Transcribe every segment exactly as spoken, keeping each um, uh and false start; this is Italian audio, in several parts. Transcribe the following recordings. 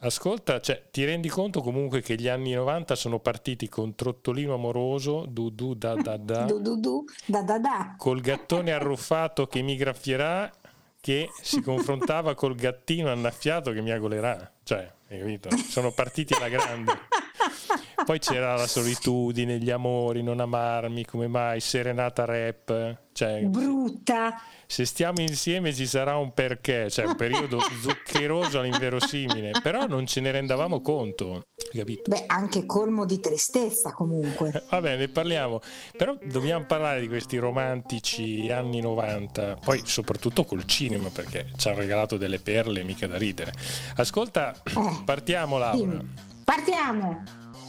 Ascolta, cioè, ti rendi conto comunque che gli anni novanta sono partiti con Trottolino amoroso, du du da da da, du du du da da da, col gattone arruffato che mi graffierà, che si confrontava col gattino annaffiato che mi agolerà. Cioè, hai capito? Sono partiti alla grande. Poi c'era la solitudine, gli amori, non amarmi, come mai, serenata rap. Cioè, brutta. Se stiamo insieme ci sarà un perché, cioè un periodo zuccheroso all'inverosimile, però non ce ne rendavamo conto, capito? Beh, anche colmo di tristezza comunque. Vabbè, ne parliamo, però dobbiamo parlare di questi romantici anni novanta, poi soprattutto col cinema, perché ci hanno regalato delle perle mica da ridere. Ascolta, Eh, partiamo Laura. dimmi. Partiamo.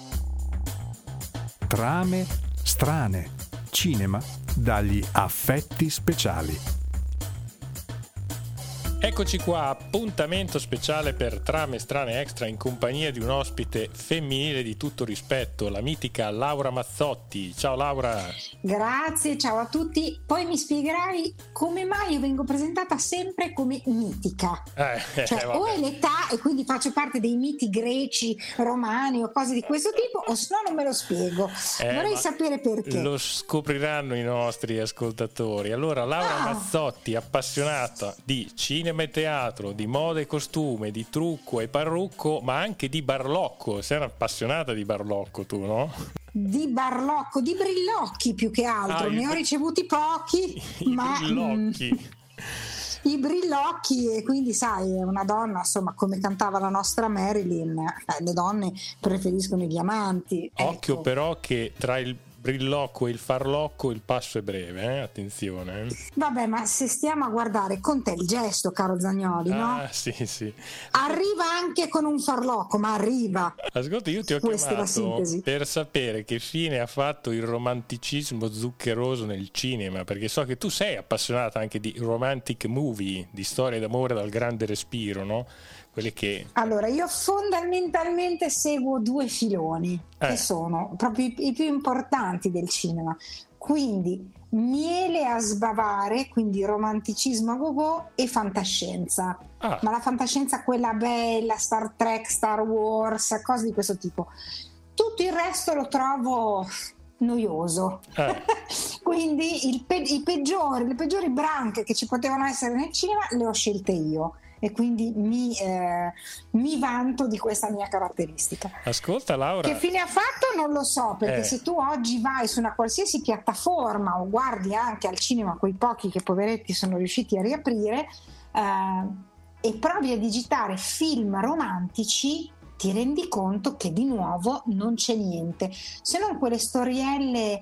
Trame strane, cinema dagli affetti speciali. Eccoci qua, appuntamento speciale per Trame Strane Extra in compagnia di un ospite femminile di tutto rispetto, la mitica Laura Mazzotti. Ciao Laura. Grazie, ciao a tutti. Poi mi spiegherai come mai io vengo presentata sempre come mitica. Eh, cioè, eh, o è l'età e quindi faccio parte dei miti greci, romani o cose di questo tipo, o se no non me lo spiego. Eh, Vorrei sapere perché. Lo scopriranno i nostri ascoltatori. Allora, Laura Ah. Mazzotti, appassionata di cinema e teatro, di moda e costume, di trucco e parrucco, ma anche di barlocco. Sei appassionata di barlocco tu, no? Di barlocco, di brillocchi più che altro. Ah, ne i- ho ricevuti pochi, I ma brillocchi. mm, i brillocchi, e quindi sai, è una donna, insomma, come cantava la nostra Marilyn, eh, le donne preferiscono i diamanti. Occhio ecco. però che tra il brillocco e il farlocco il passo è breve, eh? Attenzione. eh. Vabbè, ma se stiamo a guardare con te il gesto, caro Zagnoli, no? Ah, sì, sì. Arriva anche con un farlocco, ma arriva. Ascolta, io ti ho Questa è la chiamato sintesi. per sapere che fine ha fatto il romanticismo zuccheroso nel cinema, perché so che tu sei appassionata anche di romantic movie, di storie d'amore dal grande respiro, no? Quelle che... Allora, io fondamentalmente seguo due filoni, Eh. che sono proprio i, i più importanti del cinema. Quindi miele a sbavare, quindi romanticismo a go-go e fantascienza. Ah. Ma la fantascienza quella bella, Star Trek, Star Wars, cose di questo tipo. Tutto il resto lo trovo noioso. Eh. Quindi il pe- i peggiori, le peggiori branche che ci potevano essere nel cinema le ho scelte io. E quindi mi, eh, mi vanto di questa mia caratteristica. Ascolta Laura, Che fine ha fatto non lo so, perché Eh. se tu oggi vai su una qualsiasi piattaforma o guardi anche al cinema quei pochi che poveretti sono riusciti a riaprire, eh, e provi a digitare film romantici, ti rendi conto che di nuovo non c'è niente, se non quelle storielle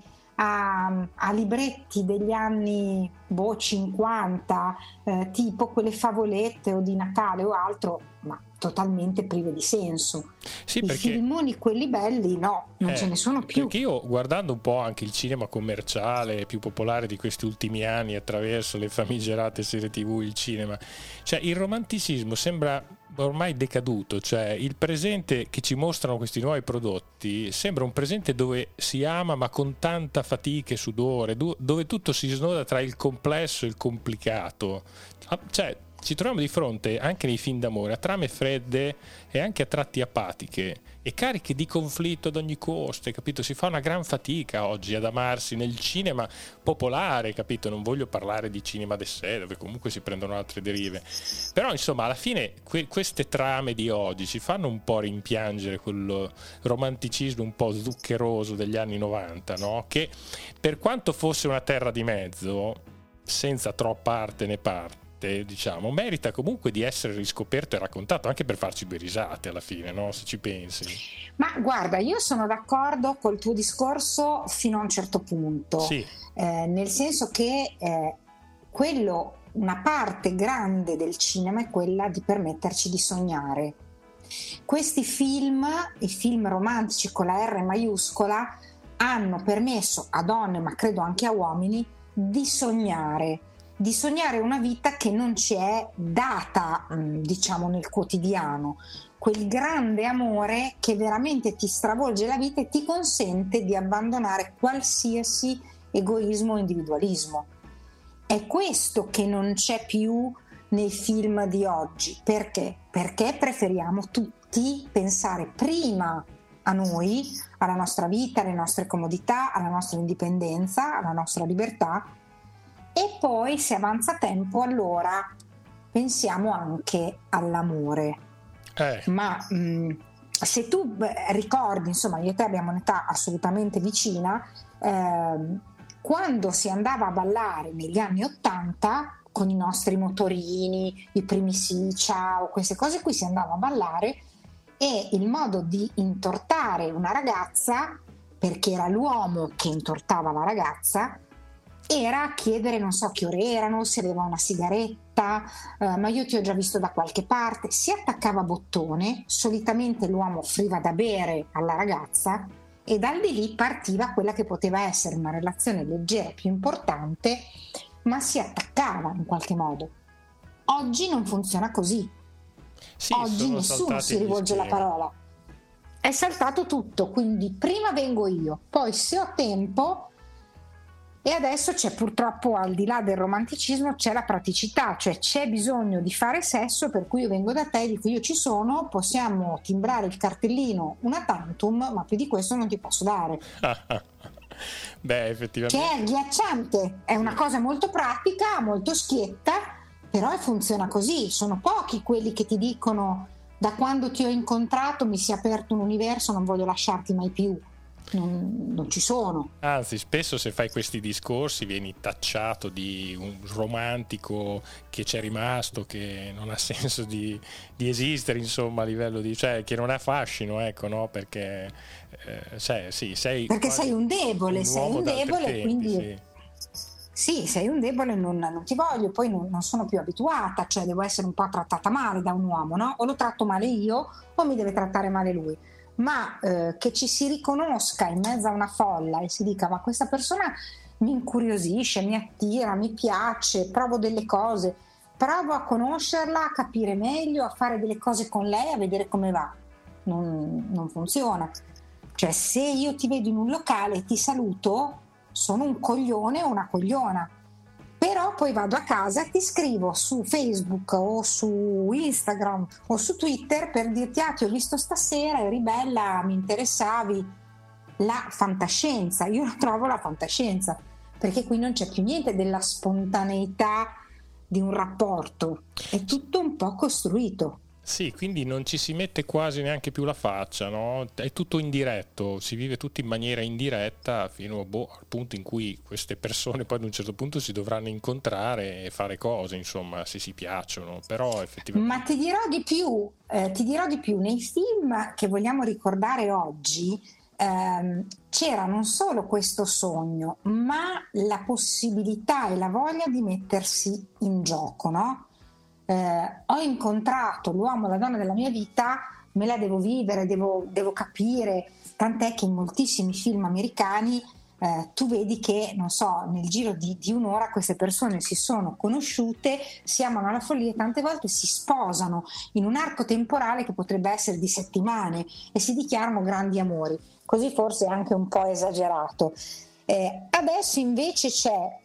a, a libretti degli anni boh, cinquanta, eh, tipo quelle favolette o di Natale o altro, ma totalmente prive di senso. sì, I perché... filmoni, quelli belli, no, non Eh, ce ne sono più. Perché io, guardando un po' anche il cinema commerciale più popolare di questi ultimi anni attraverso le famigerate serie tivù, il cinema, cioè il romanticismo sembra ormai decaduto, cioè il presente che ci mostrano questi nuovi prodotti sembra un presente dove si ama ma con tanta fatica e sudore, du- dove tutto si snoda tra il complesso e il complicato. Ah, cioè ci troviamo di fronte anche nei film d'amore a trame fredde e anche a tratti apatiche e cariche di conflitto ad ogni costo, capito? Si fa una gran fatica oggi ad amarsi nel cinema popolare, capito? Non voglio parlare di cinema d'essere dove comunque si prendono altre derive, però insomma alla fine que- queste trame di oggi ci fanno un po' rimpiangere quello romanticismo un po' zuccheroso degli anni novanta, no? Che per quanto fosse una terra di mezzo senza troppa arte né parte, diciamo, merita comunque di essere riscoperto e raccontato anche per farci due risate alla fine, no? Se ci pensi. Ma guarda, io sono d'accordo col tuo discorso fino a un certo punto, Sì, eh, nel senso che eh, quello, una parte grande del cinema è quella di permetterci di sognare. Questi film, i film romantici con la R maiuscola, hanno permesso a donne, ma credo anche a uomini, di sognare, di sognare una vita che non ci è data, mh, diciamo, nel quotidiano. Quel grande amore che veramente ti stravolge la vita e ti consente di abbandonare qualsiasi egoismo o individualismo. È questo che non c'è più nei film di oggi. Perché? Perché preferiamo tutti pensare prima a noi, alla nostra vita, alle nostre comodità, alla nostra indipendenza, alla nostra libertà, e poi se avanza tempo allora pensiamo anche all'amore. Eh. Ma mh, se tu beh, ricordi, insomma, io e te abbiamo un'età assolutamente vicina, ehm, quando si andava a ballare negli anni ottanta con i nostri motorini, i primi Sicia o queste cose qui, si andava a ballare, e il modo di intortare una ragazza, perché era l'uomo che intortava la ragazza, era chiedere non so che ore erano, se aveva una sigaretta, eh, ma io ti ho già visto da qualche parte. Si attaccava a bottone, solitamente l'uomo offriva da bere alla ragazza, e da lì partiva quella che poteva essere una relazione leggera più importante, ma si attaccava in qualche modo. Oggi non funziona così. Sì, oggi nessuno si rivolge la parola, è saltato tutto, quindi prima vengo io, poi se ho tempo. E adesso c'è, purtroppo, al di là del romanticismo, c'è la praticità, cioè c'è bisogno di fare sesso, per cui io vengo da te, dico io ci sono, possiamo timbrare il cartellino una tantum, ma più di questo non ti posso dare. Beh, effettivamente. Che è agghiacciante, è una cosa molto pratica, molto schietta, però funziona così. Sono pochi quelli che ti dicono: da quando ti ho incontrato mi si è aperto un universo, non voglio lasciarti mai più. Non, non ci sono. Anzi, spesso se fai questi discorsi vieni tacciato di un romantico che c'è rimasto, che non ha senso di, di esistere, insomma, a livello di, cioè che non ha fascino, ecco, no? Perché eh, cioè, sì, sei perché sei un debole, un sei un debole, tempi, quindi sì. Sì, sei un debole, non, non ti voglio, poi non, non sono più abituata, cioè devo essere un po' trattata male da un uomo, no? O lo tratto male io o mi deve trattare male lui. Ma eh, che ci si riconosca in mezzo a una folla e si dica: ma questa persona mi incuriosisce, mi attira, mi piace, provo delle cose, provo a conoscerla, a capire meglio, a fare delle cose con lei, a vedere come va. Non, non funziona. Cioè, se io ti vedo in un locale e ti saluto, sono un coglione o una cogliona. Però poi vado a casa e ti scrivo su Facebook o su Instagram o su Twitter per dirti: ah, ti ho visto stasera, eri bella, mi interessavi. La fantascienza, io la trovo la fantascienza, perché qui non c'è più niente della spontaneità di un rapporto, è tutto un po' costruito. Sì, quindi non ci si mette quasi neanche più la faccia, no? È tutto indiretto, si vive tutto in maniera indiretta fino boh, al punto in cui queste persone poi ad un certo punto si dovranno incontrare e fare cose, insomma, se si piacciono, però effettivamente... Ma ti dirò di più, eh, ti dirò di più, nei film che vogliamo ricordare oggi ehm, c'era non solo questo sogno, ma la possibilità e la voglia di mettersi in gioco, no? Eh, ho incontrato l'uomo, la donna della mia vita, me la devo vivere, devo, devo capire, tant'è che in moltissimi film americani eh, tu vedi che, non so, nel giro di, di un'ora queste persone si sono conosciute, si amano alla follia e tante volte si sposano in un arco temporale che potrebbe essere di settimane e si dichiarano grandi amori. Così forse è anche un po' esagerato. Eh, adesso invece c'è: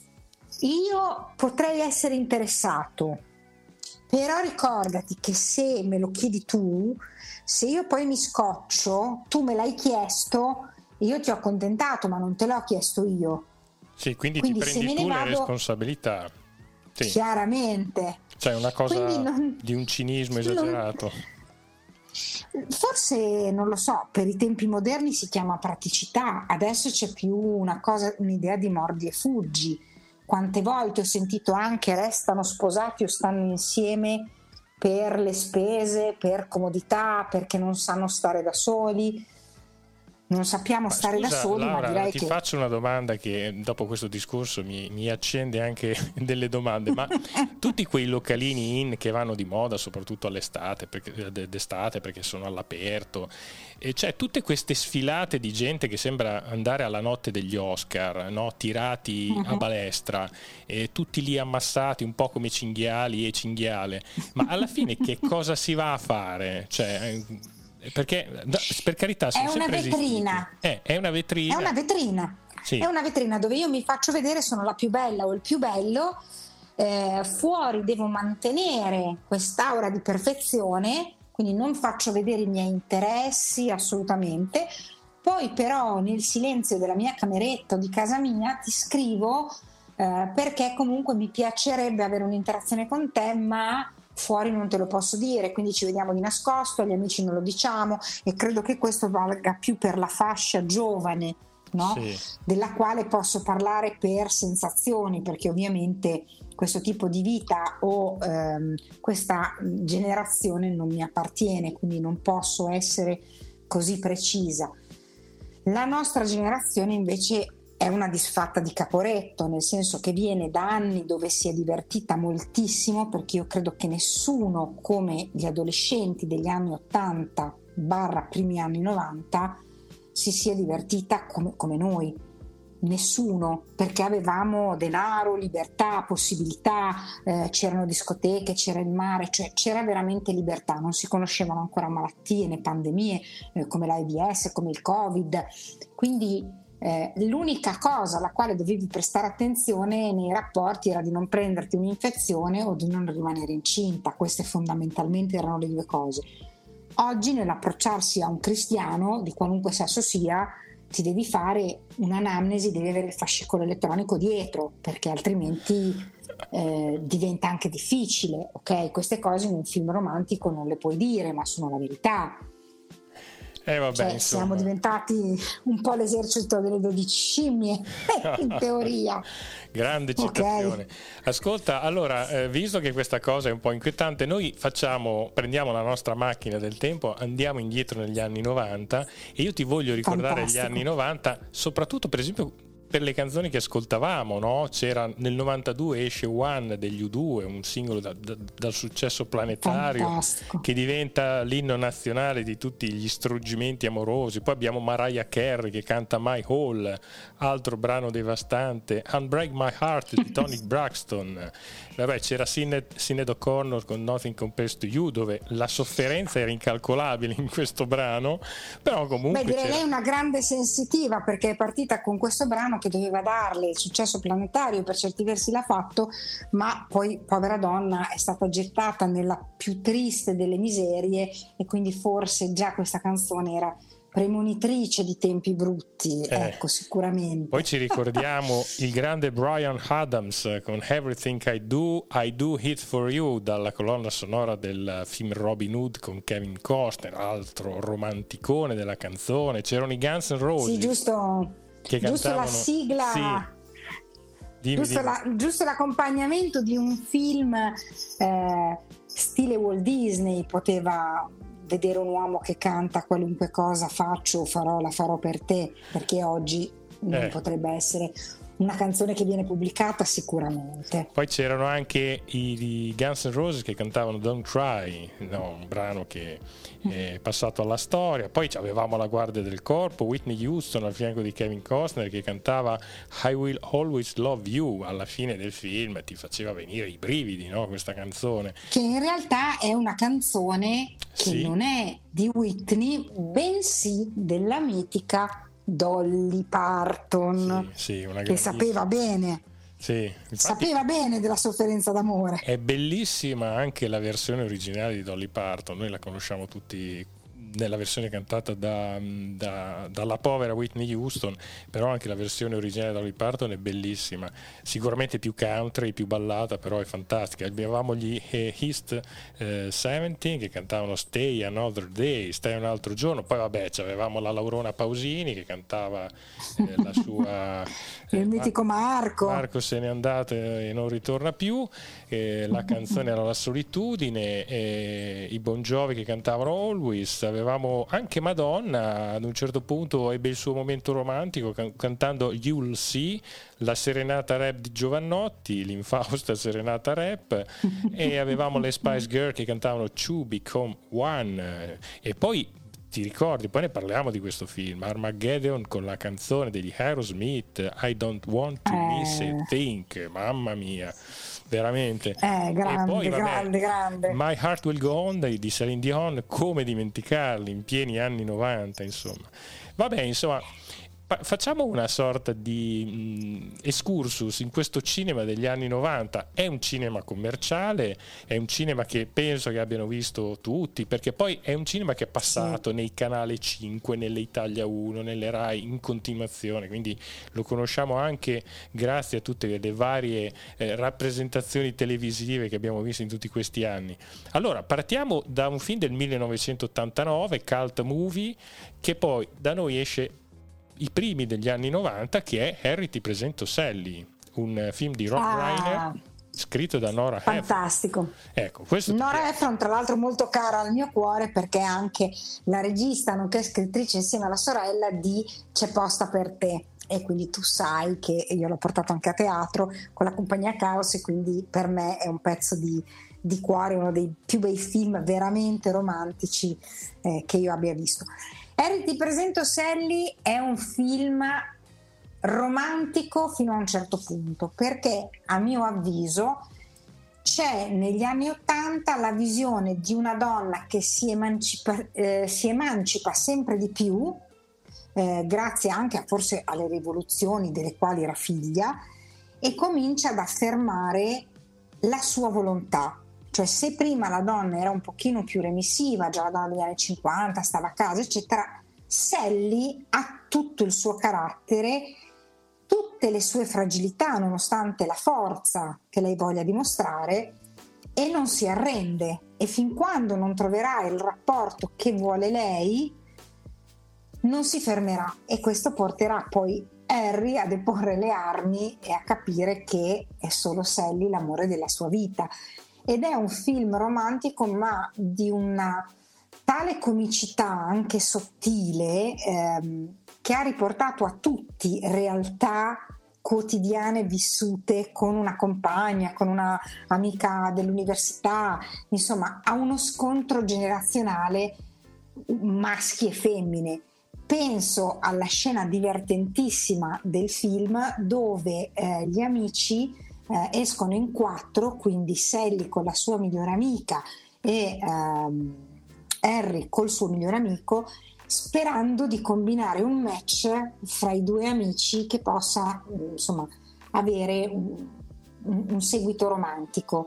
io potrei essere interessato, però ricordati che se me lo chiedi tu, se io poi mi scoccio, tu me l'hai chiesto, io ti ho accontentato, ma non te l'ho chiesto io. Sì, quindi, quindi ti prendi tu vado, le responsabilità. Sì. Chiaramente. Cioè una cosa non, di un cinismo esagerato. Non, forse, non lo so, per i tempi moderni si chiama praticità, adesso c'è più una cosa, un'idea di mordi e fuggi. Quante volte ho sentito anche restano sposati o stanno insieme per le spese, per comodità, perché non sanno stare da soli. Non sappiamo ma stare scusa, da soli, Laura, ma direi ti che... faccio una domanda che dopo questo discorso mi, mi accende anche delle domande, ma tutti quei localini in che vanno di moda soprattutto all'estate, perché, d'estate perché sono all'aperto, e c'è tutte queste sfilate di gente che sembra andare alla notte degli Oscar, no? Tirati uh-huh. a balestra, e tutti lì ammassati un po' come cinghiali e cinghiale, ma alla fine che cosa si va a fare? Cioè... perché per carità sono è una vetrina eh, è una vetrina è una vetrina sì. È una vetrina dove io mi faccio vedere, sono la più bella o il più bello, eh, fuori devo mantenere quest'aura di perfezione, quindi non faccio vedere i miei interessi assolutamente. Poi però nel silenzio della mia cameretta o di casa mia ti scrivo eh, perché comunque mi piacerebbe avere un'interazione con te, ma fuori non te lo posso dire, quindi ci vediamo di nascosto, agli amici non lo diciamo, e credo che questo valga più per la fascia giovane, no? Sì. Della quale posso parlare per sensazioni, perché ovviamente questo tipo di vita o ehm, questa generazione non mi appartiene, quindi non posso essere così precisa. La nostra generazione invece è una disfatta di Caporetto, nel senso che viene da anni dove si è divertita moltissimo, perché io credo che nessuno come gli adolescenti degli anni ottanta barra primi anni novanta si sia divertita come, come noi. Nessuno, perché avevamo denaro, libertà, possibilità, eh, c'erano discoteche, c'era il mare, cioè c'era veramente libertà, non si conoscevano ancora malattie né pandemie eh, come l'AIDS, come il Covid, quindi Eh, l'unica cosa alla quale dovevi prestare attenzione nei rapporti era di non prenderti un'infezione o di non rimanere incinta. Queste fondamentalmente erano le due cose. Oggi nell'approcciarsi a un cristiano di qualunque sesso sia, ti devi fare un'anamnesi, devi avere il fascicolo elettronico dietro, perché altrimenti eh, diventa anche difficile, ok? Queste cose in un film romantico non le puoi dire, ma sono la verità. Eh vabbè, cioè, siamo diventati un po' l'esercito delle dodici scimmie in teoria. Grande citazione. Okay. Ascolta, allora, eh, visto che questa cosa è un po' inquietante, noi facciamo, prendiamo la nostra macchina del tempo, andiamo indietro negli anni novanta, e io ti voglio ricordare Fantastico. Gli anni novanta, soprattutto per esempio per le canzoni che ascoltavamo, no? C'era nel novantadue esce One degli U due, un singolo da, da, dal successo planetario. Fantastico. Che diventa l'inno nazionale di tutti gli struggimenti amorosi. Poi abbiamo Mariah Carey che canta My Hole, altro brano devastante, Unbreak My Heart di Toni Braxton. Vabbè, c'era Sinead, Sinead O'Connor con Nothing Compares to You, dove la sofferenza era incalcolabile in questo brano, però comunque Beh, direi c'era... lei è una grande sensitiva, perché è partita con questo brano che doveva darle il successo planetario, per certi versi l'ha fatto, ma poi povera donna è stata gettata nella più triste delle miserie, e quindi forse già questa canzone era premonitrice di tempi brutti, eh. ecco, sicuramente. Poi ci ricordiamo il grande Bryan Adams con Everything I Do, I Do It For You, dalla colonna sonora del film Robin Hood con Kevin Costner, altro romanticone della canzone. C'erano i Guns N' Roses. Sì, giusto, che giusto cantavano... la sigla... Sì. Dimmi, giusto, dimmi. La, giusto l'accompagnamento di un film eh, stile Walt Disney poteva... vedere un uomo che canta qualunque cosa faccio o farò, la farò per te, perché oggi non eh. potrebbe essere una canzone che viene pubblicata sicuramente. Poi c'erano anche i, i Guns N' Roses che cantavano Don't Cry, no, un brano che è passato alla storia. Poi avevamo la Guardia del Corpo, Whitney Houston al fianco di Kevin Costner che cantava I Will Always Love You alla fine del film, ti faceva venire i brividi, no, questa canzone, che in realtà è una canzone che sì. non è di Whitney, bensì della mitica Dolly Parton, sì, sì, una che sapeva bene sì, sapeva bene della sofferenza d'amore. È bellissima anche la versione originale di Dolly Parton, noi la conosciamo tutti nella versione cantata da, da, dalla povera Whitney Houston, però anche la versione originale di Dolly Parton è bellissima, sicuramente più country, più ballata, però è fantastica. Abbiamo gli eh, East eh, settanta che cantavano Stay Another Day, Stai un altro giorno, poi vabbè avevamo la Laurona Pausini che cantava eh, la sua il eh, mitico Marco Marco se n'è andato e non ritorna più, eh, la canzone era La solitudine, eh, i Bon Jovi che cantavano Always, avevamo anche Madonna ad un certo punto ebbe il suo momento romantico can- cantando You'll See, la serenata rap di Giovannotti, l'infausta serenata rap, e avevamo le Spice Girl che cantavano To Become One, e poi ti ricordi, poi ne parliamo di questo film, Armageddon con la canzone degli Aerosmith, I Don't Want to Miss a Thing, mamma mia, veramente. Eh, grande, e poi, vabbè, grande, grande. My Heart Will Go On di Celine Dion, come dimenticarli in pieni anni novanta, insomma. Vabbè, insomma, facciamo una sorta di mh, excursus in questo cinema degli anni novanta. È un cinema commerciale, è un cinema che penso che abbiano visto tutti, perché poi è un cinema che è passato sì. nei canale cinque, nelle Italia uno, nelle Rai in continuazione, quindi lo conosciamo anche grazie a tutte le varie eh, rappresentazioni televisive che abbiamo visto in tutti questi anni. Allora, partiamo da un film del millenovecentottantanove, cult movie, che poi da noi esce i primi degli anni novanta, che è Harry ti presento Sally, un film di Rob ah, Reiner scritto da Nora Ephron. Fantastico. Ecco, questo Nora Ephron, tra l'altro molto cara al mio cuore, perché è anche la regista nonché scrittrice insieme alla sorella di C'è posta per te, e quindi tu sai che io l'ho portato anche a teatro con la compagnia Caos, e quindi per me è un pezzo di, di cuore, uno dei più bei film veramente romantici eh, che io abbia visto. Harry ti presento Sally è un film romantico fino a un certo punto, perché a mio avviso c'è negli anni Ottanta la visione di una donna che si emancipa, eh, si emancipa sempre di più, eh, grazie anche a, forse alle rivoluzioni delle quali era figlia, e comincia ad affermare la sua volontà. Cioè, se prima la donna era un pochino più remissiva, già la donna degli anni cinquanta, stava a casa, eccetera, Sally ha tutto il suo carattere, tutte le sue fragilità, nonostante la forza che lei voglia dimostrare, e non si arrende. E fin quando non troverà il rapporto che vuole lei, non si fermerà. E questo porterà poi Harry a deporre le armi e a capire che è solo Sally l'amore della sua vita. Ed è un film romantico, ma di una tale comicità anche sottile, ehm, che ha riportato a tutti realtà quotidiane vissute con una compagna, con una amica dell'università, insomma ha uno scontro generazionale maschi e femmine. Penso alla scena divertentissima del film dove eh, gli amici Eh, escono in quattro, quindi Sally con la sua migliore amica e ehm, Harry col suo migliore amico, sperando di combinare un match fra i due amici che possa insomma avere un, un, un seguito romantico.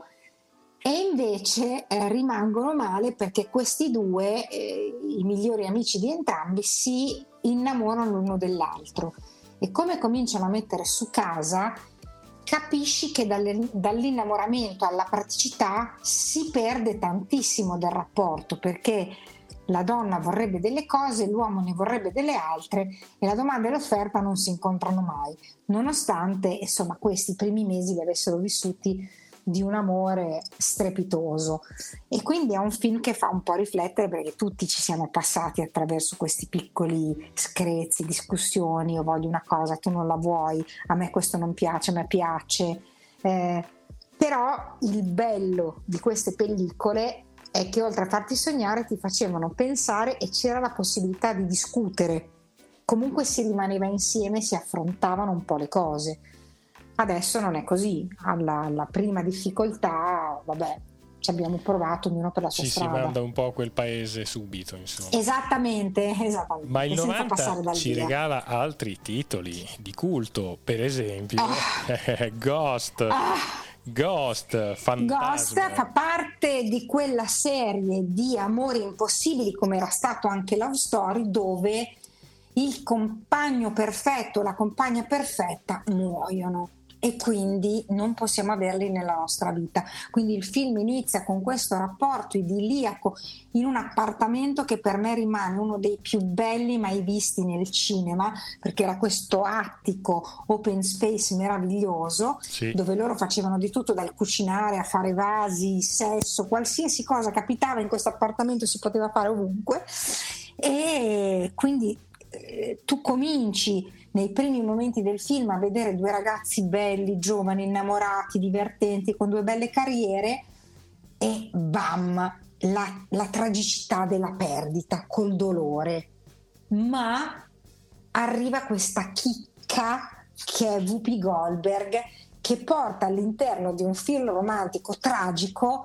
E invece eh, rimangono male, perché questi due, eh, i migliori amici di entrambi, si innamorano l'uno dell'altro, e come cominciano a mettere su casa capisci che dall'innamoramento alla praticità si perde tantissimo del rapporto, perché la donna vorrebbe delle cose, l'uomo ne vorrebbe delle altre, e la domanda e l'offerta non si incontrano mai, nonostante insomma questi primi mesi li avessero vissuti di un amore strepitoso. E quindi è un film che fa un po' riflettere, perché tutti ci siamo passati attraverso questi piccoli screzi, discussioni: io voglio una cosa, tu non la vuoi, a me questo non piace, a me piace, eh, però il bello di queste pellicole è che oltre a farti sognare ti facevano pensare, e c'era la possibilità di discutere, comunque si rimaneva insieme, si affrontavano un po' le cose. Adesso non è così, alla, alla prima difficoltà, vabbè, ci abbiamo provato, ognuno per la sua ci strada. Si manda un po' a quel paese subito, insomma. Esattamente, esattamente. Ma il novanta ci via. regala altri titoli di culto, per esempio ah. Ghost. Ah. Ghost, Fantasma. Ghost fa parte di quella serie di amori impossibili, come era stato anche Love Story, dove il compagno perfetto, la compagna perfetta muoiono, e quindi non possiamo averli nella nostra vita. Quindi il film inizia con questo rapporto idilliaco in un appartamento che per me rimane uno dei più belli mai visti nel cinema, perché era questo attico open space meraviglioso, sì, dove loro facevano di tutto, dal cucinare a fare vasi, sesso, qualsiasi cosa capitava in questo appartamento si poteva fare ovunque. E quindi eh, tu cominci nei primi momenti del film a vedere due ragazzi belli, giovani, innamorati, divertenti, con due belle carriere, e bam, la, la tragicità della perdita col dolore. Ma arriva questa chicca che è Whoopi Goldberg, che porta all'interno di un film romantico tragico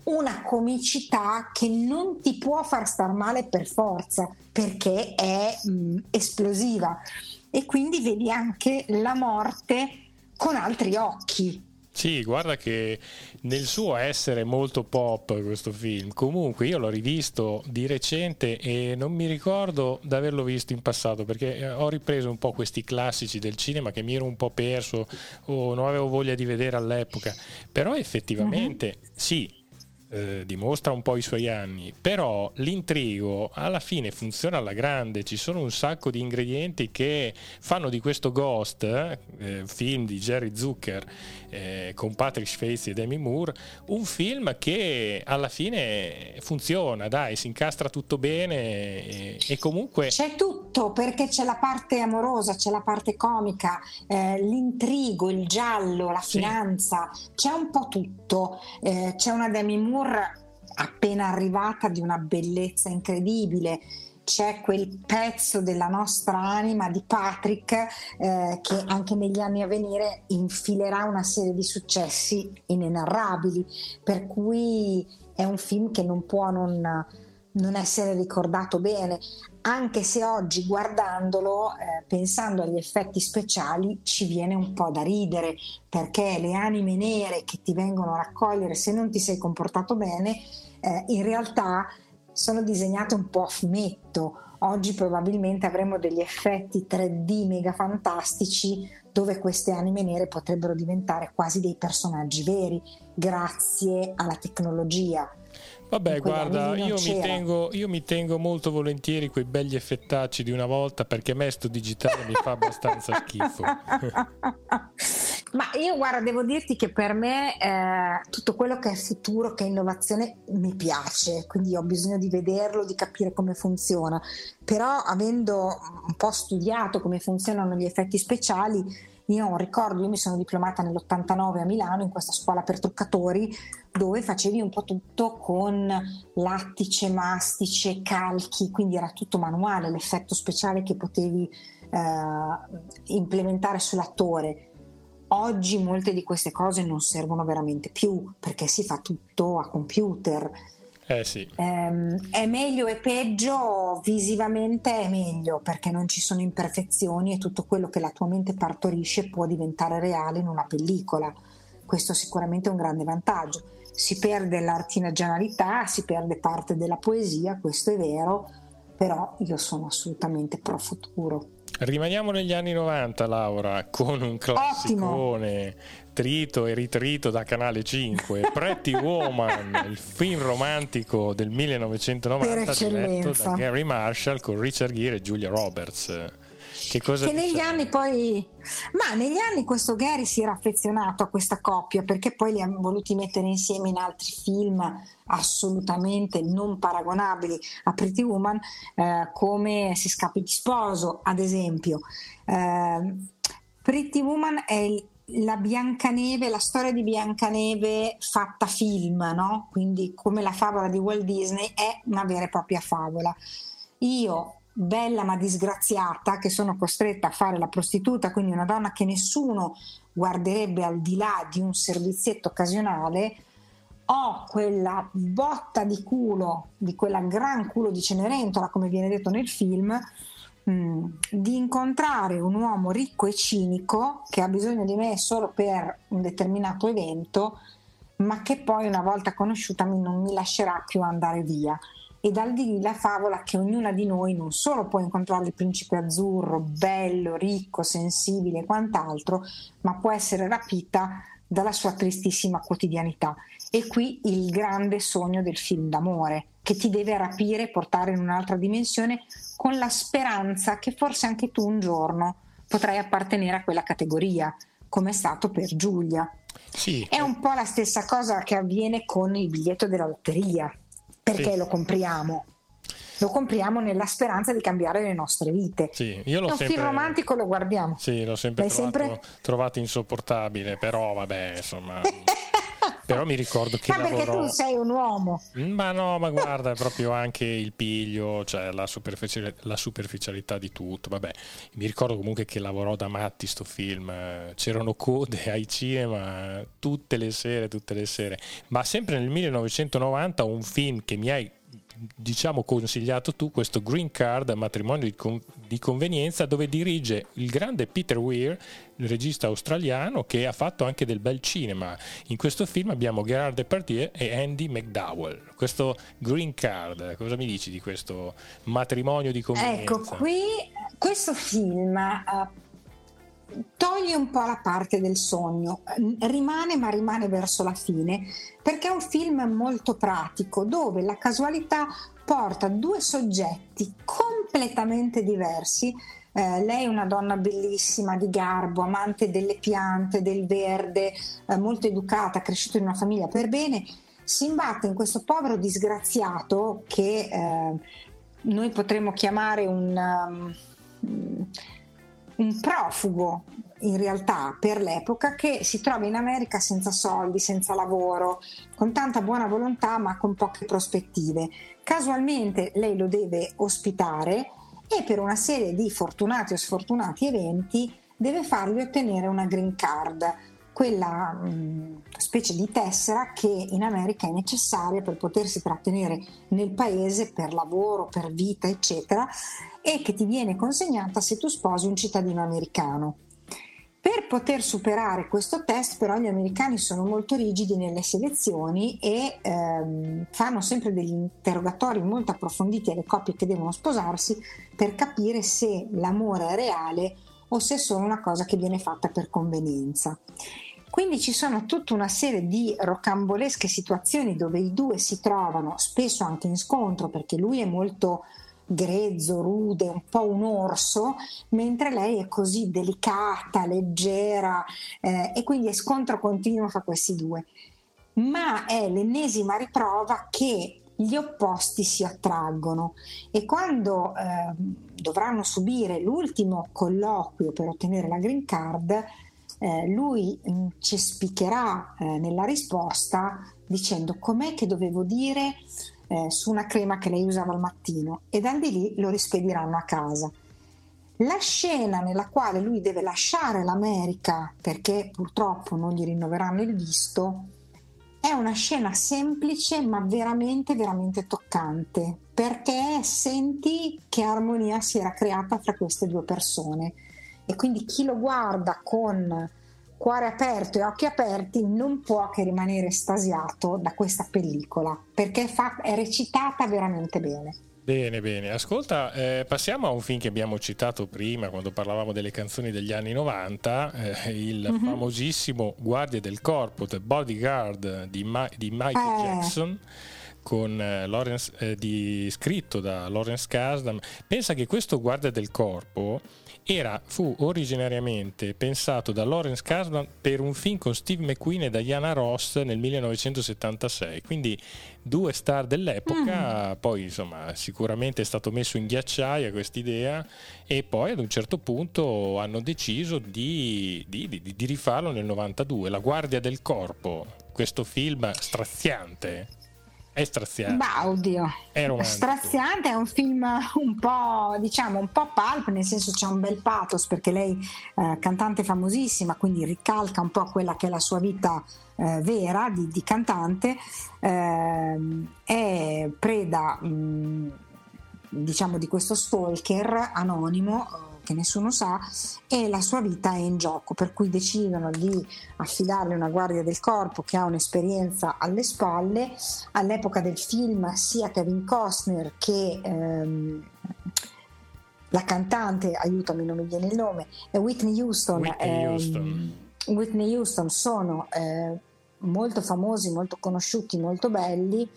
una comicità che non ti può far star male per forza, perché è mh, esplosiva, e quindi vedi anche la morte con altri occhi. Sì, guarda che nel suo essere molto pop questo film, comunque io l'ho rivisto di recente e non mi ricordo di averlo visto in passato, perché ho ripreso un po' questi classici del cinema che mi ero un po' perso o non avevo voglia di vedere all'epoca, però effettivamente uh-huh. sì, eh, dimostra un po' i suoi anni, però l'intrigo alla fine funziona alla grande, ci sono un sacco di ingredienti che fanno di questo Ghost, eh, film di Jerry Zucker, eh, con Patrick Swayze e Demi Moore, un film che alla fine funziona, dai, si incastra tutto bene e, e comunque c'è tutto, perché c'è la parte amorosa, c'è la parte comica, eh, l'intrigo, il giallo, la finanza, sì. C'è un po' tutto, eh, c'è una Demi Moore appena arrivata di una bellezza incredibile, c'è quel pezzo della nostra anima di Patrick eh, che anche negli anni a venire infilerà una serie di successi inenarrabili, per cui è un film che non può non, non essere ricordato bene, anche se oggi guardandolo, eh, pensando agli effetti speciali, ci viene un po' da ridere, perché le anime nere che ti vengono a raccogliere se non ti sei comportato bene, eh, in realtà sono disegnate un po' a fumetto. Oggi probabilmente avremo degli effetti tre D mega fantastici dove queste anime nere potrebbero diventare quasi dei personaggi veri grazie alla tecnologia. Vabbè, guarda, io mi, tengo, io mi tengo molto volentieri quei begli effettacci di una volta, perché a me sto digitale mi fa abbastanza schifo. Ma io, guarda, devo dirti che per me eh, tutto quello che è futuro, che è innovazione, mi piace, quindi ho bisogno di vederlo, di capire come funziona, però avendo un po' studiato come funzionano gli effetti speciali, io ho un ricordo, io mi sono diplomata nell'ottantanove a Milano in questa scuola per truccatori, dove facevi un po' tutto con lattice, mastice, calchi, quindi era tutto manuale, l'effetto speciale che potevi eh, implementare sull'attore. Oggi molte di queste cose non servono veramente più, perché si fa tutto a computer. Eh sì. ehm, è meglio e peggio, visivamente è meglio perché non ci sono imperfezioni e tutto quello che la tua mente partorisce può diventare reale in una pellicola. Questo sicuramente è un grande vantaggio. Si perde l'artigianalità, si perde parte della poesia, questo è vero, però io sono assolutamente pro futuro. Rimaniamo negli anni novanta, Laura, con un classicone trito e ritrito da Canale cinque, Pretty Woman, il film romantico del millenovecentonovanta diretto da Gary Marshall con Richard Gere e Julia Roberts. Che cosa che negli anni poi ma negli anni questo Gary si era affezionato a questa coppia, perché poi li ha voluti mettere insieme in altri film assolutamente non paragonabili a Pretty Woman, eh, come Se scappi di sposo, ad esempio. eh, Pretty Woman è il, la Biancaneve, la storia di Biancaneve fatta film, no? Quindi come la favola di Walt Disney, è una vera e propria favola. Io, bella ma disgraziata, che sono costretta a fare la prostituta, quindi una donna che nessuno guarderebbe al di là di un servizietto occasionale, ho quella botta di culo, di quella gran culo di Cenerentola, come viene detto nel film, mh, di incontrare un uomo ricco e cinico che ha bisogno di me solo per un determinato evento, ma che poi una volta conosciuta non mi lascerà più andare via. E dal di lì la favola che ognuna di noi non solo può incontrare il principe azzurro, bello, ricco, sensibile e quant'altro, ma può essere rapita dalla sua tristissima quotidianità. E qui il grande sogno del film d'amore, che ti deve rapire e portare in un'altra dimensione, con la speranza che forse anche tu un giorno potrai appartenere a quella categoria, come è stato per Giulia. Sì. È un po' la stessa cosa che avviene con il biglietto della lotteria. Perché sì. lo compriamo? Lo compriamo nella speranza di cambiare le nostre vite. Sì, io l'ho è un sempre, film romantico, lo guardiamo. Sì, l'ho sempre, trovato, sempre... trovato insopportabile, però vabbè, insomma. Però mi ricordo che ma perché lavorò... tu sei un uomo. Ma no, ma guarda, è proprio anche il piglio, cioè la, superficial- la superficialità di tutto. Vabbè, mi ricordo comunque che lavorò da matti sto film, c'erano code ai cinema tutte le sere, tutte le sere. Ma sempre nel millenovecentonovanta un film che mi hai, diciamo, consigliato tu, questo Green Card, matrimonio di, con- di convenienza, dove dirige il grande Peter Weir, il regista australiano che ha fatto anche del bel cinema. In questo film abbiamo Gerard Depardieu e Andy McDowell. Questo Green Card, cosa mi dici di questo matrimonio di convenienza? Ecco, qui questo film uh, toglie un po' la parte del sogno, rimane ma rimane verso la fine, perché è un film molto pratico dove la casualità porta due soggetti completamente diversi. Eh, lei è una donna bellissima, di garbo, amante delle piante, del verde, eh, molto educata, cresciuta in una famiglia per bene, si imbatte in questo povero disgraziato che eh, noi potremmo chiamare un, um, un profugo in realtà per l'epoca, che si trova in America senza soldi, senza lavoro, con tanta buona volontà ma con poche prospettive. Casualmente lei lo deve ospitare e per una serie di fortunati o sfortunati eventi deve fargli ottenere una green card, quella mh, specie di tessera che in America è necessaria per potersi trattenere nel paese per lavoro, per vita, eccetera, e che ti viene consegnata se tu sposi un cittadino americano. Per poter superare questo test, però, gli americani sono molto rigidi nelle selezioni e ehm, fanno sempre degli interrogatori molto approfonditi alle coppie che devono sposarsi per capire se l'amore è reale o se è solo una cosa che viene fatta per convenienza. Quindi ci sono tutta una serie di rocambolesche situazioni dove i due si trovano, spesso anche in scontro, perché lui è molto grezzo, rude, un po' un orso, mentre lei è così delicata, leggera, eh, e quindi è scontro continuo fra questi due. Ma è l'ennesima riprova che gli opposti si attraggono, e quando eh, dovranno subire l'ultimo colloquio per ottenere la green card, eh, lui cespicherà eh, nella risposta dicendo: com'è che dovevo dire Eh, su una crema che lei usava al mattino, e da di lì lo rispediranno a casa. La scena nella quale lui deve lasciare l'America perché purtroppo non gli rinnoveranno il visto è una scena semplice ma veramente veramente toccante, perché senti che armonia si era creata fra queste due persone, e quindi chi lo guarda con cuore aperto e occhi aperti non può che rimanere estasiato da questa pellicola, perché fa, è recitata veramente bene. Bene, bene. Ascolta, eh, passiamo a un film che abbiamo citato prima quando parlavamo delle canzoni degli anni novanta, eh, il mm-hmm. famosissimo Guardia del Corpo, The Bodyguard di, Ma- di Michael eh. Jackson, con eh, Lawrence, eh, di, scritto da Lawrence Kasdan. Pensa che questo Guardia del Corpo era, fu originariamente pensato da Lawrence Kasdan per un film con Steve McQueen e Diana Ross nel millenovecentosettantasei, quindi due star dell'epoca. Mm. Poi insomma sicuramente è stato messo in ghiacciaia quest'idea, e poi ad un certo punto hanno deciso di, di, di, di rifarlo nel novantadue. La Guardia del Corpo, questo film straziante. È straziante. Bah, oddio. È straziante, è un film un po', diciamo, un po' pulp, nel senso c'è un bel pathos, perché lei eh, cantante famosissima, quindi ricalca un po' quella che è la sua vita eh, vera di, di cantante, eh, è preda mh, diciamo di questo stalker anonimo che nessuno sa, e la sua vita è in gioco, per cui decidono di affidarle una guardia del corpo che ha un'esperienza alle spalle. All'epoca del film sia Kevin Costner che ehm, la cantante, aiutami non mi viene il nome, Whitney Houston, Whitney ehm, Houston. Whitney Houston sono eh, molto famosi, molto conosciuti, molto belli,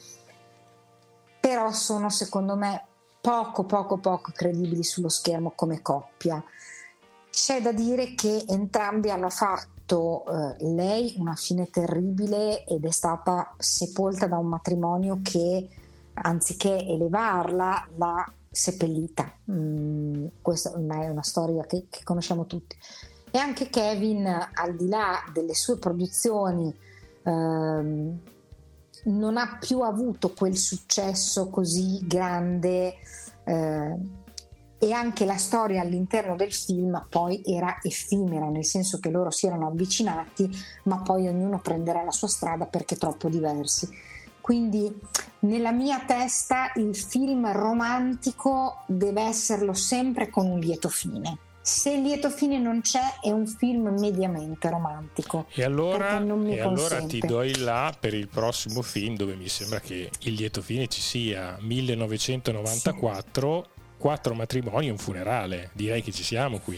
però sono secondo me poco poco poco credibili sullo schermo come coppia. C'è da dire che entrambi hanno fatto eh, lei una fine terribile ed è stata sepolta da un matrimonio che, anziché elevarla, l'ha seppellita. Mm, questa è una storia che, che conosciamo tutti. E anche Kevin, al di là delle sue produzioni ehm, non ha più avuto quel successo così grande, eh, e anche la storia all'interno del film poi era effimera, nel senso che loro si erano avvicinati ma poi ognuno prenderà la sua strada perché troppo diversi. Quindi nella mia testa il film romantico deve esserlo sempre con un lieto fine. Se il lieto fine non c'è, è un film mediamente romantico. E allora, non mi e allora ti consente. do il là per il prossimo film, dove mi sembra che il lieto fine ci sia. millenovecentonovantaquattro, sì. Quattro matrimoni e un funerale. Direi che ci siamo qui.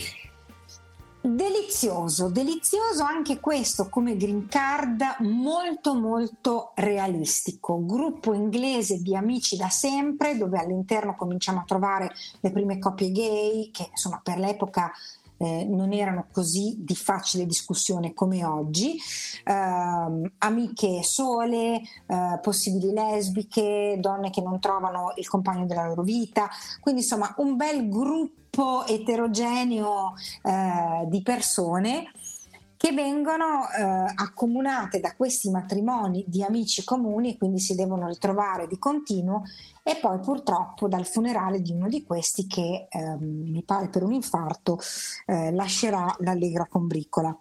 Delizioso, delizioso anche questo come green card, molto molto realistico. Gruppo inglese di amici da sempre, dove all'interno cominciamo a trovare le prime coppie gay che insomma per l'epoca eh, non erano così di facile discussione come oggi, eh, amiche sole, eh, possibili lesbiche, donne che non trovano il compagno della loro vita, quindi insomma un bel gruppo eterogeneo eh, di persone che vengono eh, accomunate da questi matrimoni di amici comuni e quindi si devono ritrovare di continuo, e poi purtroppo dal funerale di uno di questi che eh, mi pare per un infarto eh, lascerà l'allegra combricola.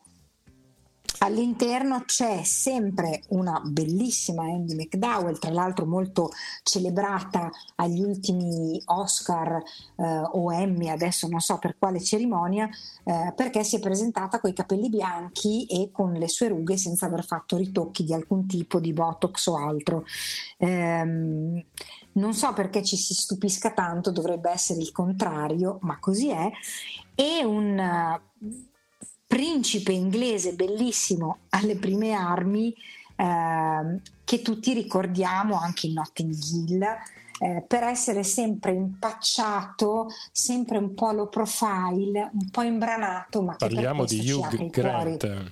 All'interno c'è sempre una bellissima Andie MacDowell, tra l'altro molto celebrata agli ultimi Oscar eh, o Emmy, adesso non so per quale cerimonia, eh, perché si è presentata con i capelli bianchi e con le sue rughe senza aver fatto ritocchi di alcun tipo, di botox o altro. Ehm, non so perché ci si stupisca tanto, dovrebbe essere il contrario, ma così è. E un principe inglese bellissimo alle prime armi, eh, che tutti ricordiamo anche in Notting Hill, eh, per essere sempre impacciato, sempre un po' low profile, un po' imbranato, ma parliamo che per di Hugh Grant.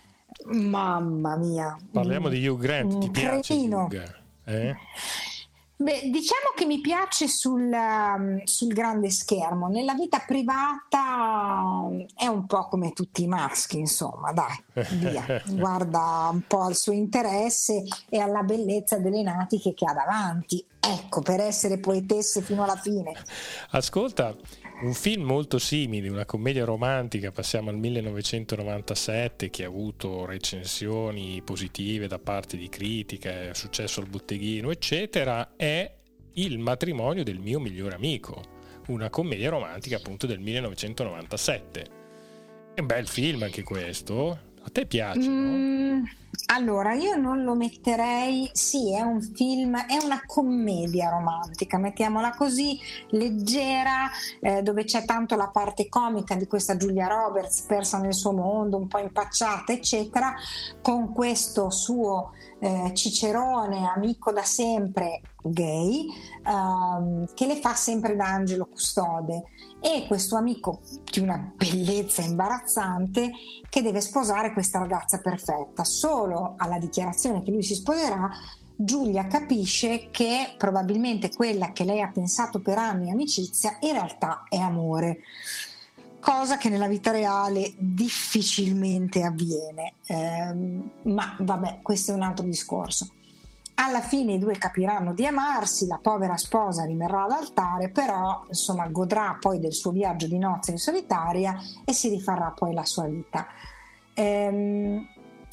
Mamma mia, parliamo mm, di Hugh Grant, ti piace Hugh? Eh? Beh, diciamo che mi piace sul, sul grande schermo. Nella vita privata è un po' come tutti i maschi, insomma, dai, via. Guarda un po' al suo interesse e alla bellezza delle natiche che ha davanti. Ecco, per essere poetesse fino alla fine. Ascolta, un film molto simile, una commedia romantica, passiamo al millenovecentonovantasette, che ha avuto recensioni positive da parte di critica, è successo al botteghino, eccetera, è Il matrimonio del mio migliore amico, una commedia romantica appunto del millenovecentonovantasette. È un bel film anche questo. A te piace, mm, no? Allora, io non lo metterei, sì, è un film, è una commedia romantica, mettiamola così, leggera, eh, dove c'è tanto la parte comica di questa Julia Roberts persa nel suo mondo, un po' impacciata, eccetera, con questo suo eh, cicerone, amico da sempre, gay, ehm, che le fa sempre da angelo custode, e questo amico di una bellezza imbarazzante che deve sposare questa ragazza perfetta. Solo alla dichiarazione che lui si sposerà, Giulia capisce che probabilmente quella che lei ha pensato per anni amicizia in realtà è amore, cosa che nella vita reale difficilmente avviene, ehm, ma vabbè, questo è un altro discorso. Alla fine i due capiranno di amarsi, la povera sposa rimarrà all'altare, però insomma godrà poi del suo viaggio di nozze in solitaria e si rifarà poi la sua vita. Ehm,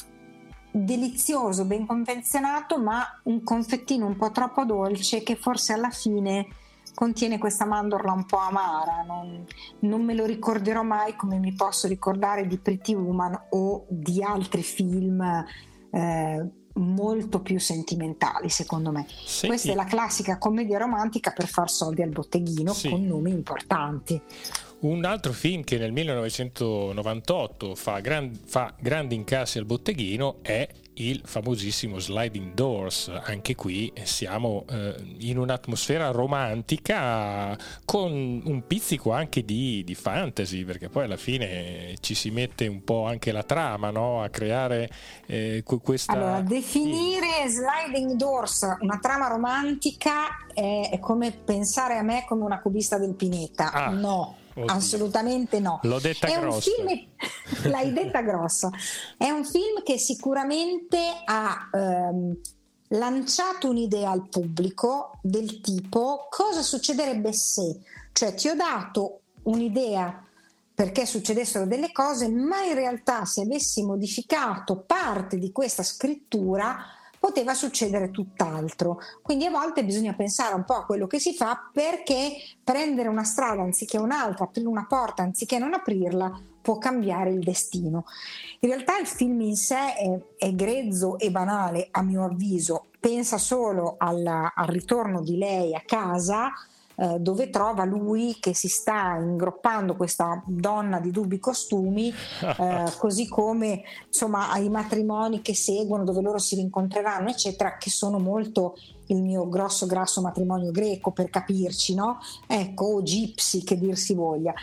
delizioso, ben confezionato, ma un confettino un po' troppo dolce che forse alla fine contiene questa mandorla un po' amara. Non, non me lo ricorderò mai come mi posso ricordare di Pretty Woman o di altri film eh, molto più sentimentali, secondo me. Senti, questa è la classica commedia romantica per far soldi al botteghino, sì, con nomi importanti. Un altro film che nel millenovecentonovantotto fa, gran, fa grandi incassi al botteghino è il famosissimo Sliding Doors. Anche qui siamo eh, in un'atmosfera romantica con un pizzico anche di, di fantasy, perché poi alla fine ci si mette un po' anche la trama, no? A creare eh, questa... Allora, definire Sliding Doors una trama romantica è, è come pensare a me come una cubista del Pineta. Ah. No. Oddio. Assolutamente no. L'ho detta è grossa. Un film, l'hai detta grossa. È un film che sicuramente ha ehm, lanciato un'idea al pubblico del tipo: cosa succederebbe se? Cioè, ti ho dato un'idea perché succedessero delle cose, ma in realtà se avessi modificato parte di questa scrittura poteva succedere tutt'altro. Quindi a volte bisogna pensare un po' a quello che si fa, perché prendere una strada anziché un'altra, aprire una porta anziché non aprirla, può cambiare il destino. In realtà il film in sé è, è grezzo e banale, a mio avviso. Pensa solo alla, al ritorno di lei a casa, eh, dove trova lui che si sta ingroppando questa donna di dubbi costumi, eh, così come insomma ai matrimoni che seguono, dove loro si rincontreranno eccetera, che sono molto il mio grosso grasso matrimonio greco, per capirci, no? Ecco, o gypsy, che dir si voglia.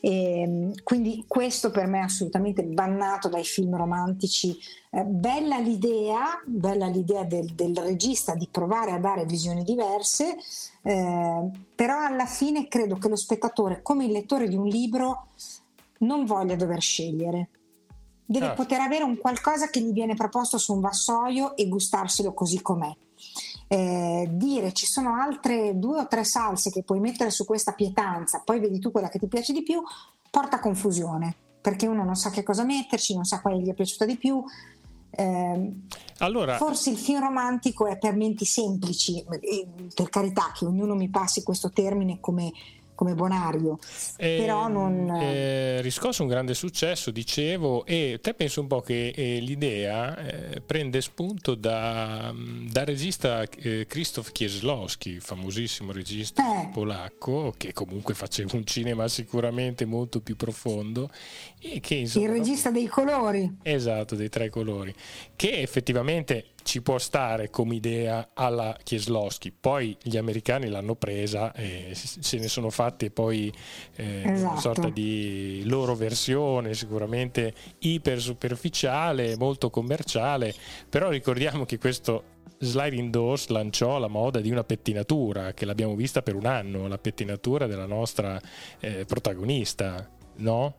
E quindi questo per me è assolutamente bannato dai film romantici. Eh, bella l'idea, bella l'idea del, del regista di provare a dare visioni diverse, eh, però alla fine credo che lo spettatore, come il lettore di un libro, non voglia dover scegliere. Deve ah. poter avere un qualcosa che gli viene proposto su un vassoio e gustarselo così com'è. Eh, dire ci sono altre due o tre salse che puoi mettere su questa pietanza, poi vedi tu quella che ti piace di più, porta confusione, perché uno non sa che cosa metterci, non sa quale gli è piaciuta di più. Eh, allora, forse il film romantico è per menti semplici, per carità, che ognuno mi passi questo termine come come bonario, eh, però non eh, riscosso un grande successo, dicevo, e te penso un po' che eh, l'idea eh, prende spunto da, da regista eh, Krzysztof Kieślowski, famosissimo regista eh. polacco, che comunque faceva un cinema sicuramente molto più profondo, e che insomma, il regista dei colori, esatto, dei tre colori, che effettivamente ci può stare come idea alla Kieślowski. Poi gli americani l'hanno presa e se ne sono fatti poi eh, esatto. una sorta di loro versione, sicuramente iper superficiale, molto commerciale, però ricordiamo che questo Sliding Doors lanciò la moda di una pettinatura, che l'abbiamo vista per un anno, la pettinatura della nostra eh, protagonista, no?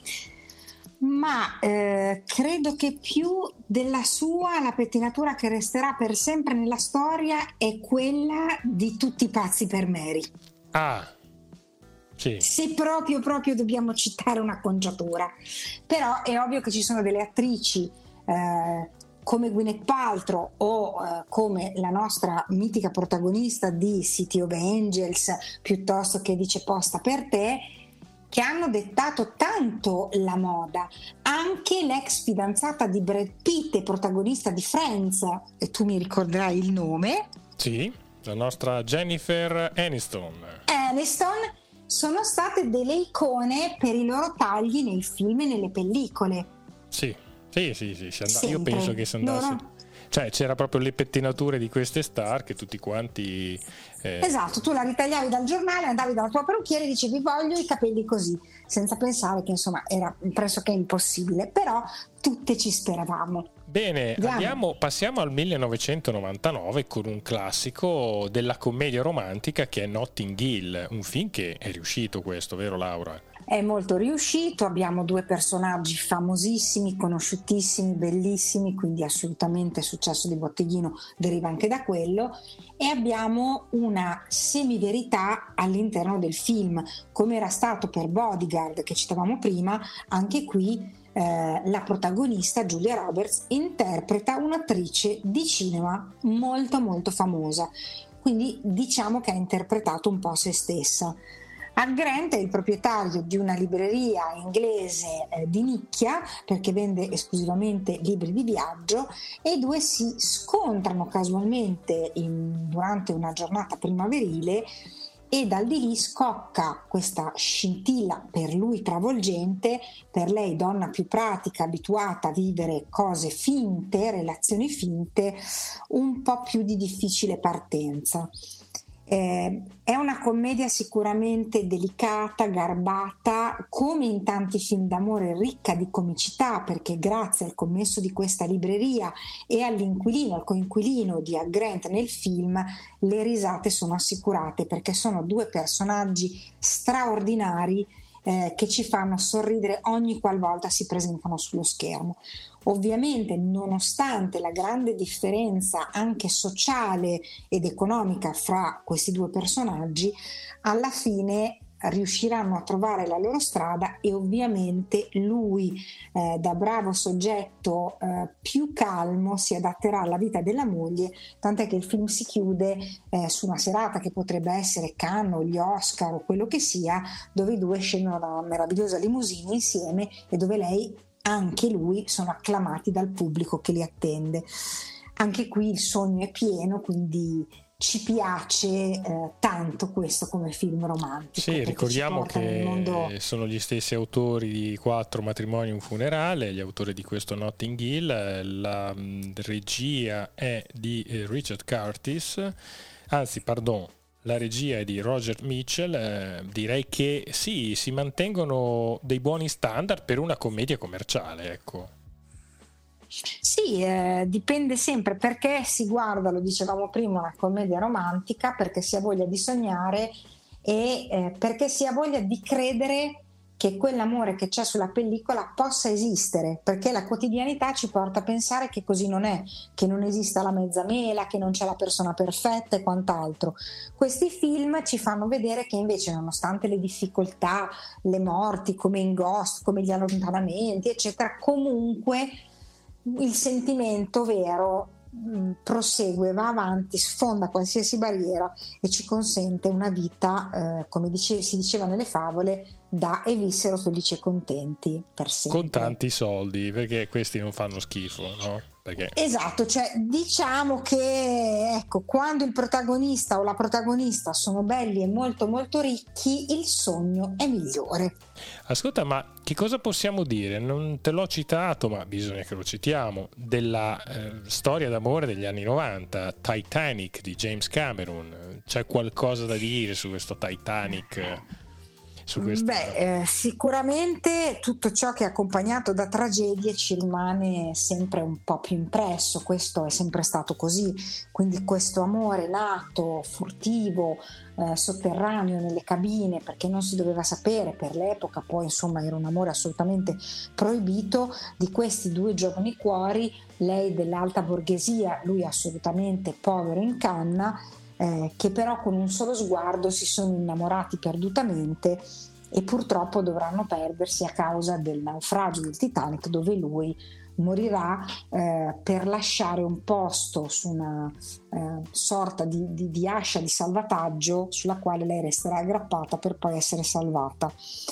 Ma eh, credo che più della sua, la pettinatura che resterà per sempre nella storia è quella di Tutti i pazzi per Mary. Ah, sì. Se proprio proprio dobbiamo citare un'acconciatura. Però è ovvio che ci sono delle attrici eh, come Gwyneth Paltrow o eh, come la nostra mitica protagonista di City of Angels, piuttosto che di C'è posta per te, che hanno dettato tanto la moda. Anche l'ex fidanzata di Brad Pitt, protagonista di Friends, e tu mi ricorderai il nome, sì, la nostra Jennifer Aniston Aniston, sono state delle icone per i loro tagli nei film e nelle pellicole. Sì, sì, sì, sì, si and- io penso che si andasse loro... Cioè c'era proprio le pettinature di queste star che tutti quanti eh... esatto, tu la ritagliavi dal giornale, andavi dalla tua parrucchiera e dicevi voglio i capelli così, senza pensare che insomma era pressoché impossibile, però tutte ci speravamo. Bene, andiamo, passiamo al millenovecentonovantanove con un classico della commedia romantica che è Notting Hill, un film che è riuscito, questo, vero Laura? È molto riuscito, abbiamo due personaggi famosissimi, conosciutissimi, bellissimi, quindi assolutamente il successo di Botteghino deriva anche da quello, e abbiamo una semiverità all'interno del film, come era stato per Bodyguard che citavamo prima. Anche qui eh, la protagonista Julia Roberts interpreta un'attrice di cinema molto molto famosa, quindi diciamo che ha interpretato un po' se stessa. Hugh Grant è il proprietario di una libreria inglese eh, di nicchia, perché vende esclusivamente libri di viaggio, e i due si scontrano casualmente in, durante una giornata primaverile, e dal di lì scocca questa scintilla per lui travolgente, per lei donna più pratica, abituata a vivere cose finte, relazioni finte, un po' più di difficile partenza. Eh, è una commedia sicuramente delicata, garbata, come in tanti film d'amore, ricca di comicità, perché grazie al commesso di questa libreria e all'inquilino, al coinquilino di Hugh Grant nel film, le risate sono assicurate, perché sono due personaggi straordinari eh, che ci fanno sorridere ogni qualvolta si presentano sullo schermo. Ovviamente, nonostante la grande differenza anche sociale ed economica fra questi due personaggi, alla fine riusciranno a trovare la loro strada e ovviamente lui, eh, da bravo soggetto eh, più calmo, si adatterà alla vita della moglie, tant'è che il film si chiude eh, su una serata che potrebbe essere Cannes o gli Oscar o quello che sia, dove i due scendono da una meravigliosa limousine insieme e dove lei, anche lui, sono acclamati dal pubblico che li attende. Anche qui il sogno è pieno, quindi ci piace eh, tanto questo come film romantico. Sì, ricordiamo che mondo... sono gli stessi autori di Quattro matrimoni e un funerale, gli autori di questo Notting Hill. La mh, regia è di eh, Richard Curtis, anzi pardon la regia è di Roger Mitchell. Eh, direi che sì, si mantengono dei buoni standard per una commedia commerciale, ecco. Sì, eh, dipende sempre perché si guarda, lo dicevamo prima, una commedia romantica, perché si ha voglia di sognare e eh, perché si ha voglia di credere che quell'amore che c'è sulla pellicola possa esistere, perché la quotidianità ci porta a pensare che così non è, che non esista la mezza mela, che non c'è la persona perfetta e quant'altro. Questi film ci fanno vedere che invece, nonostante le difficoltà, le morti, come in Ghost, come gli allontanamenti, eccetera, comunque il sentimento vero mh, prosegue, va avanti, sfonda qualsiasi barriera e ci consente una vita, eh, come dice, si diceva nelle favole, da e vissero felici e contenti per sempre. Con tanti soldi, perché questi non fanno schifo, no? Perché... Esatto, cioè diciamo che ecco, quando il protagonista o la protagonista sono belli e molto molto ricchi, il sogno è migliore. Ascolta, ma che cosa possiamo dire? Non te l'ho citato, ma bisogna che lo citiamo, della eh, storia d'amore degli anni novanta, Titanic di James Cameron. C'è qualcosa da dire su questo Titanic? Su questo... Beh, eh, sicuramente tutto ciò che è accompagnato da tragedie ci rimane sempre un po' più impresso, questo è sempre stato così, quindi questo amore nato, furtivo, eh, sotterraneo nelle cabine, perché non si doveva sapere per l'epoca, poi insomma era un amore assolutamente proibito, di questi due giovani cuori, lei dell'alta borghesia, lui assolutamente povero in canna, Eh, che però con un solo sguardo si sono innamorati perdutamente e purtroppo dovranno perdersi a causa del naufragio del Titanic, dove lui morirà eh, per lasciare un posto su una eh, sorta di, di, di ascia di salvataggio sulla quale lei resterà aggrappata per poi essere salvata.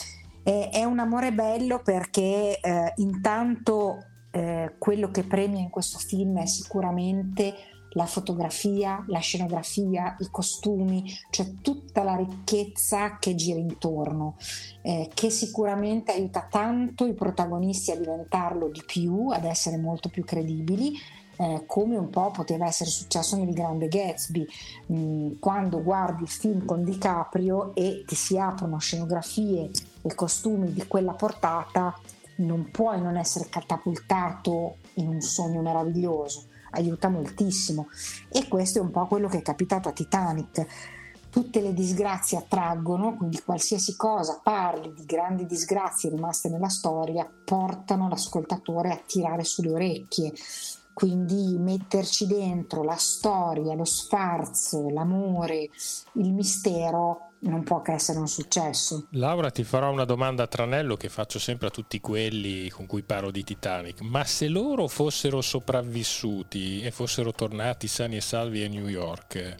Eh, è un amore bello perché eh, intanto eh, quello che premia in questo film è sicuramente la fotografia, la scenografia, i costumi, cioè tutta la ricchezza che gira intorno, eh, che sicuramente aiuta tanto i protagonisti a diventarlo di più, ad essere molto più credibili, eh, come un po' poteva essere successo nel Grande Gatsby, mh, quando guardi il film con DiCaprio e ti si aprono scenografie e costumi di quella portata, non puoi non essere catapultato in un sogno meraviglioso. Aiuta moltissimo, e questo è un po' quello che è capitato a Titanic. Tutte le disgrazie attraggono, quindi qualsiasi cosa parli di grandi disgrazie rimaste nella storia portano l'ascoltatore a tirare sulle orecchie, quindi metterci dentro la storia, lo sfarzo, l'amore, il mistero non può che essere un successo. Laura, ti farò una domanda a tranello che faccio sempre a tutti quelli con cui parlo di Titanic: ma se loro fossero sopravvissuti e fossero tornati sani e salvi a New York,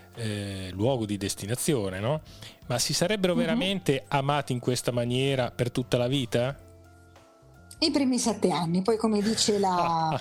eh, luogo di destinazione, no? Ma si sarebbero mm-hmm. veramente amati in questa maniera per tutta la vita? I primi sette anni, poi come dice la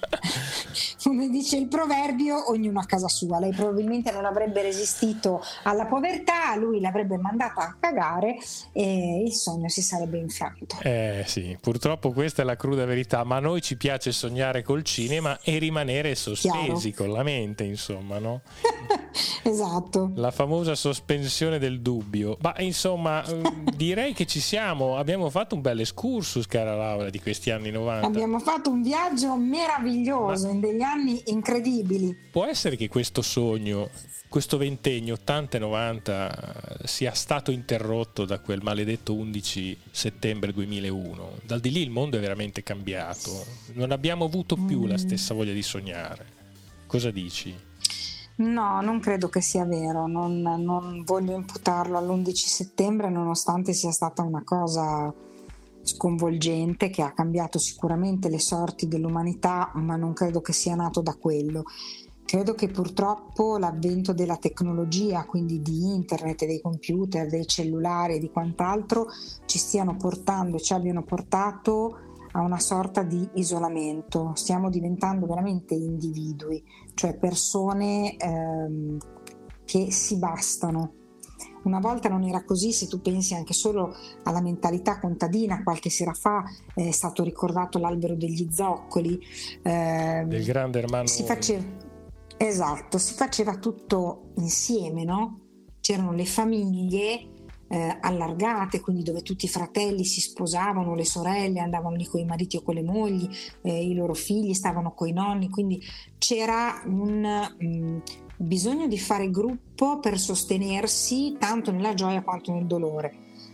come dice il proverbio, ognuno a casa sua. Lei probabilmente non avrebbe resistito alla povertà, lui l'avrebbe mandata a cagare e il sogno si sarebbe infranto. Eh sì, purtroppo questa è la cruda verità, ma a noi ci piace sognare col cinema e rimanere sospesi Chiaro. Con la mente, insomma, no? Esatto. La famosa sospensione del dubbio. Ma insomma, direi che ci siamo. Abbiamo fatto un bel excursus, cara Laura, di questi anni novanta. Abbiamo fatto un viaggio meraviglioso Ma... in degli anni incredibili. Può essere che questo sogno, questo ventennio ottanta e novanta sia stato interrotto da quel maledetto undici settembre duemilauno. Dal di lì il mondo è veramente cambiato. Non abbiamo avuto più mm. la stessa voglia di sognare. Cosa dici? No, non credo che sia vero, non, non voglio imputarlo all'undici settembre, nonostante sia stata una cosa sconvolgente che ha cambiato sicuramente le sorti dell'umanità, ma non credo che sia nato da quello. Credo che purtroppo l'avvento della tecnologia, quindi di internet, dei computer, dei cellulari e di quant'altro, ci stiano portando e ci abbiano portato a una sorta di isolamento. Stiamo diventando veramente individui, cioè persone ehm, che si bastano. Una volta non era così, se tu pensi anche solo alla mentalità contadina. Qualche sera fa è stato ricordato l'albero degli zoccoli, eh, del grande Ermanno. Si faceva, esatto, si faceva tutto insieme, no? C'erano le famiglie Eh, allargate, quindi dove tutti i fratelli si sposavano, le sorelle andavano lì con i mariti o con le mogli, eh, i loro figli stavano con i nonni, quindi c'era un mh, bisogno di fare gruppo per sostenersi tanto nella gioia quanto nel dolore.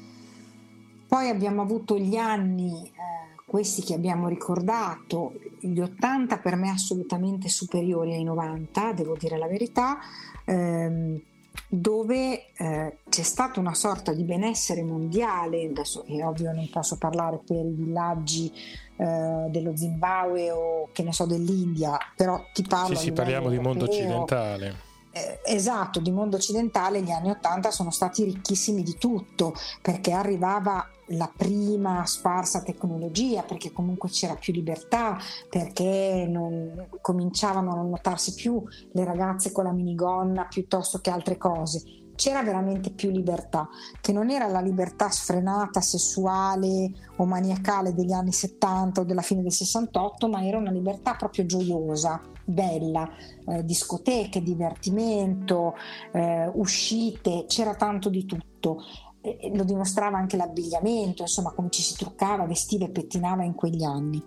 Poi abbiamo avuto gli anni, eh, questi che abbiamo ricordato, gli ottanta per me assolutamente superiori ai novanta, devo dire la verità, ehm, dove eh, c'è stata una sorta di benessere mondiale. Adesso è ovvio, non posso parlare per i villaggi eh, dello Zimbabwe o che ne so dell'India, però ti parlo sì, sì, parliamo di mondo occidentale. Eh, esatto, di mondo occidentale. Gli anni ottanta sono stati ricchissimi di tutto, perché arrivava la prima sparsa tecnologia, perché comunque c'era più libertà, perché non, cominciavano a non notarsi più le ragazze con la minigonna piuttosto che altre cose. C'era veramente più libertà, che non era la libertà sfrenata, sessuale o maniacale degli anni settanta o della fine del sessantotto, ma era una libertà proprio gioiosa, bella, eh, discoteche, divertimento, eh, uscite, c'era tanto di tutto. E lo dimostrava anche l'abbigliamento, insomma, come ci si truccava, vestiva e pettinava in quegli anni.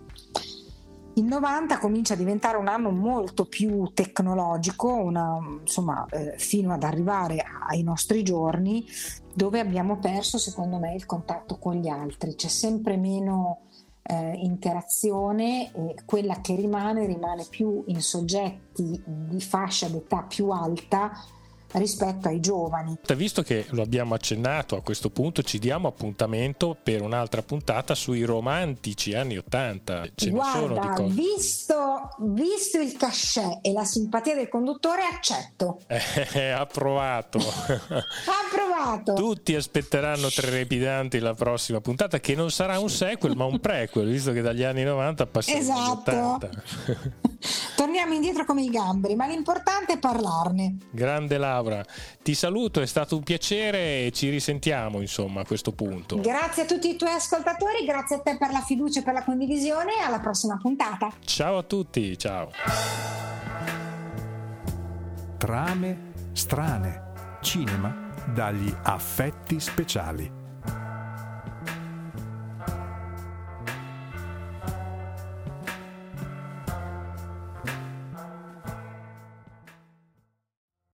Il novanta comincia a diventare un anno molto più tecnologico, una, insomma, eh, fino ad arrivare ai nostri giorni, dove abbiamo perso, secondo me, il contatto con gli altri. C'è sempre meno eh, interazione, e quella che rimane rimane più in soggetti di fascia d'età più alta rispetto ai giovani. Visto che lo abbiamo accennato, a questo punto ci diamo appuntamento per un'altra puntata sui romantici anni ottanta. Ce Guarda, ne sono di cose. Visto, visto il cachet e la simpatia del conduttore, accetto. Eh, approvato. Approvato. Tutti aspetteranno trepidanti la prossima puntata, che non sarà un sequel ma un prequel, visto che dagli anni novanta passiamo esatto. agli ottanta. Torniamo indietro come i gamberi, ma l'importante è parlarne. Grande Laura, ti saluto, è stato un piacere e ci risentiamo, insomma, a questo punto. Grazie a tutti i tuoi ascoltatori, grazie a te per la fiducia e per la condivisione, e alla prossima puntata. Ciao a tutti, ciao. Trame strane, cinema dagli affetti speciali.